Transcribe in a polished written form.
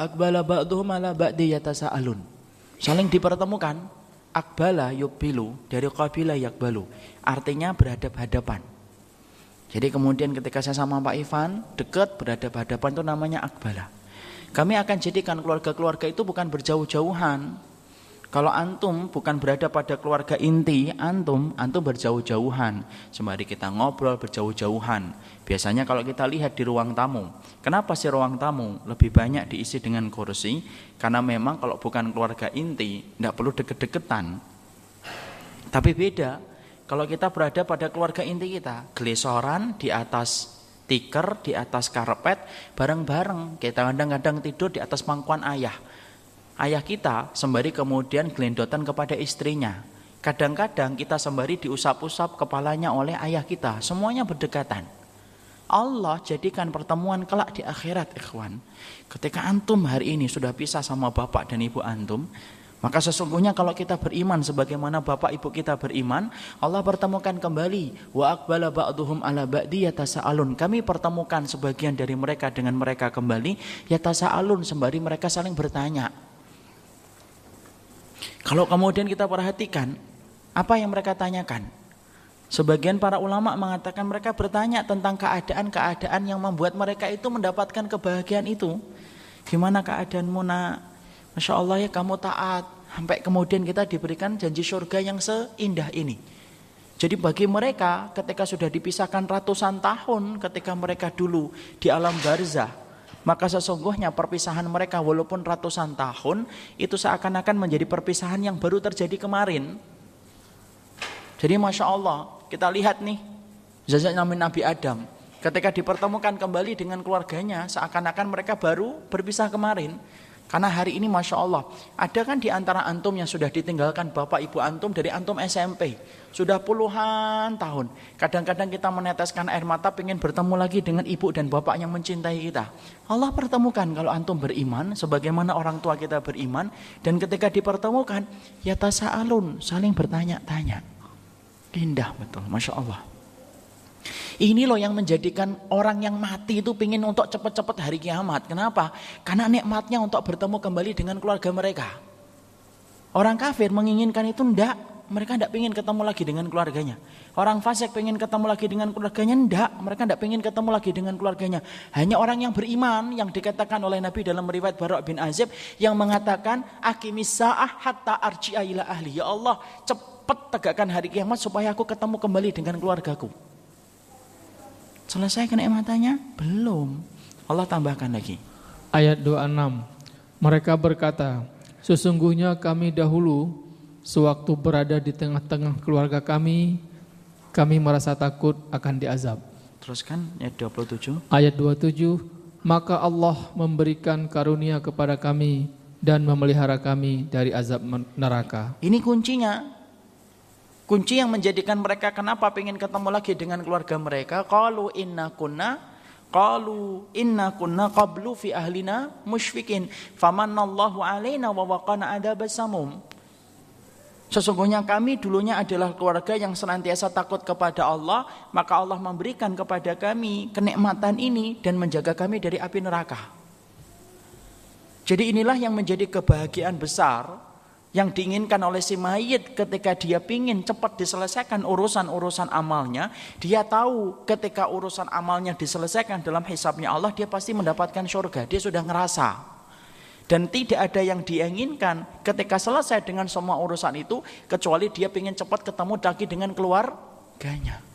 aqbala ba'duhum ala ba'di yatasaalun. Saling dipertemukan. Aqbala yuqbilu dari qabila yaqbalu. Artinya berhadap-hadapan. Jadi kemudian ketika saya sama Pak Ivan dekat berhadap-hadapan itu namanya aqbala. Kami akan jadikan keluarga-keluarga itu bukan berjauh-jauhan. Kalau antum bukan berada pada keluarga inti, antum berjauh-jauhan. Sembari kita ngobrol berjauh-jauhan. Biasanya kalau kita lihat di ruang tamu, kenapa sih ruang tamu lebih banyak diisi dengan kursi? Karena memang kalau bukan keluarga inti, tidak perlu deket-deketan. Tapi beda, kalau kita berada pada keluarga inti kita, gelesoran di atas tikar, di atas karpet, bareng-bareng. Kita kadang-kadang tidur di atas pangkuan ayah. Ayah kita sembari kemudian gelendotan kepada istrinya. Kadang-kadang kita sembari diusap-usap kepalanya oleh ayah kita. Semuanya berdekatan. Allah jadikan pertemuan kelak di akhirat, ikhwan. Ketika antum hari ini sudah pisah sama bapak dan ibu antum, maka sesungguhnya kalau kita beriman sebagaimana bapak ibu kita beriman, Allah pertemukan kembali. Wa aqbala ba'duhum ala ba'di yatasaalun. Kami pertemukan sebagian dari mereka dengan mereka kembali, yatasaalun, sembari mereka saling bertanya. Kalau kemudian kita perhatikan, apa yang mereka tanyakan? Sebagian para ulama mengatakan mereka bertanya tentang keadaan-keadaan yang membuat mereka itu mendapatkan kebahagiaan itu. Gimana keadaanmu nak? Masya Allah ya kamu taat. Sampai kemudian kita diberikan janji surga yang seindah ini. Jadi bagi mereka ketika sudah dipisahkan ratusan tahun ketika mereka dulu di alam barzah, maka sesungguhnya perpisahan mereka walaupun ratusan tahun itu seakan-akan menjadi perpisahan yang baru terjadi kemarin. Jadi Masya Allah, kita lihat nih zazatnya Nabi Adam ketika dipertemukan kembali dengan keluarganya, seakan-akan mereka baru berpisah kemarin. Karena hari ini Masya Allah, ada kan di antara antum yang sudah ditinggalkan bapak ibu antum dari antum SMP, sudah puluhan tahun. Kadang-kadang kita meneteskan air mata pengen bertemu lagi dengan ibu dan bapak yang mencintai kita. Allah pertemukan kalau antum beriman, sebagaimana orang tua kita beriman. Dan ketika dipertemukan, yatasaalun, saling bertanya-tanya. Indah betul, Masya Allah. Ini loh yang menjadikan orang yang mati itu pingin untuk cepat-cepat hari kiamat. Kenapa? Karena nikmatnya untuk bertemu kembali dengan keluarga mereka. Orang kafir menginginkan itu enggak. Mereka enggak pingin ketemu lagi dengan keluarganya. Orang fasik pingin ketemu lagi dengan keluarganya, enggak. Mereka enggak pingin ketemu lagi dengan keluarganya. Hanya orang yang beriman yang dikatakan oleh Nabi dalam riwayat Bara' bin Azib yang mengatakan aqimis sa'ah hatta arji'a ila ahli. Ya Allah, cepat tegakkan hari kiamat supaya aku ketemu kembali dengan keluargaku. Selesai kenikmatannya? Belum. Allah tambahkan lagi. Ayat 26. Mereka berkata, sesungguhnya kami dahulu sewaktu berada di tengah-tengah keluarga kami merasa takut akan diazab. Teruskan ayat 27. Ayat 27. Maka Allah memberikan karunia kepada kami dan memelihara kami dari azab neraka. Ini kuncinya. Kunci yang menjadikan mereka kenapa pengen ketemu lagi dengan keluarga mereka. Qalu inna kunna qablu fi ahlina musyfikin famannallahu alaina wa waqana adzabas samum. Sesungguhnya kami dulunya adalah keluarga yang senantiasa takut kepada Allah, maka Allah memberikan kepada kami kenikmatan ini dan menjaga kami dari api neraka. Jadi inilah yang menjadi kebahagiaan besar yang diinginkan oleh si mayit ketika dia pingin cepat diselesaikan urusan-urusan amalnya. Dia tahu ketika urusan amalnya diselesaikan dalam hisabnya Allah, dia pasti mendapatkan surga. Dia sudah ngerasa. Dan tidak ada yang diinginkan ketika selesai dengan semua urusan itu kecuali dia pingin cepat ketemu lagi dengan keluarganya.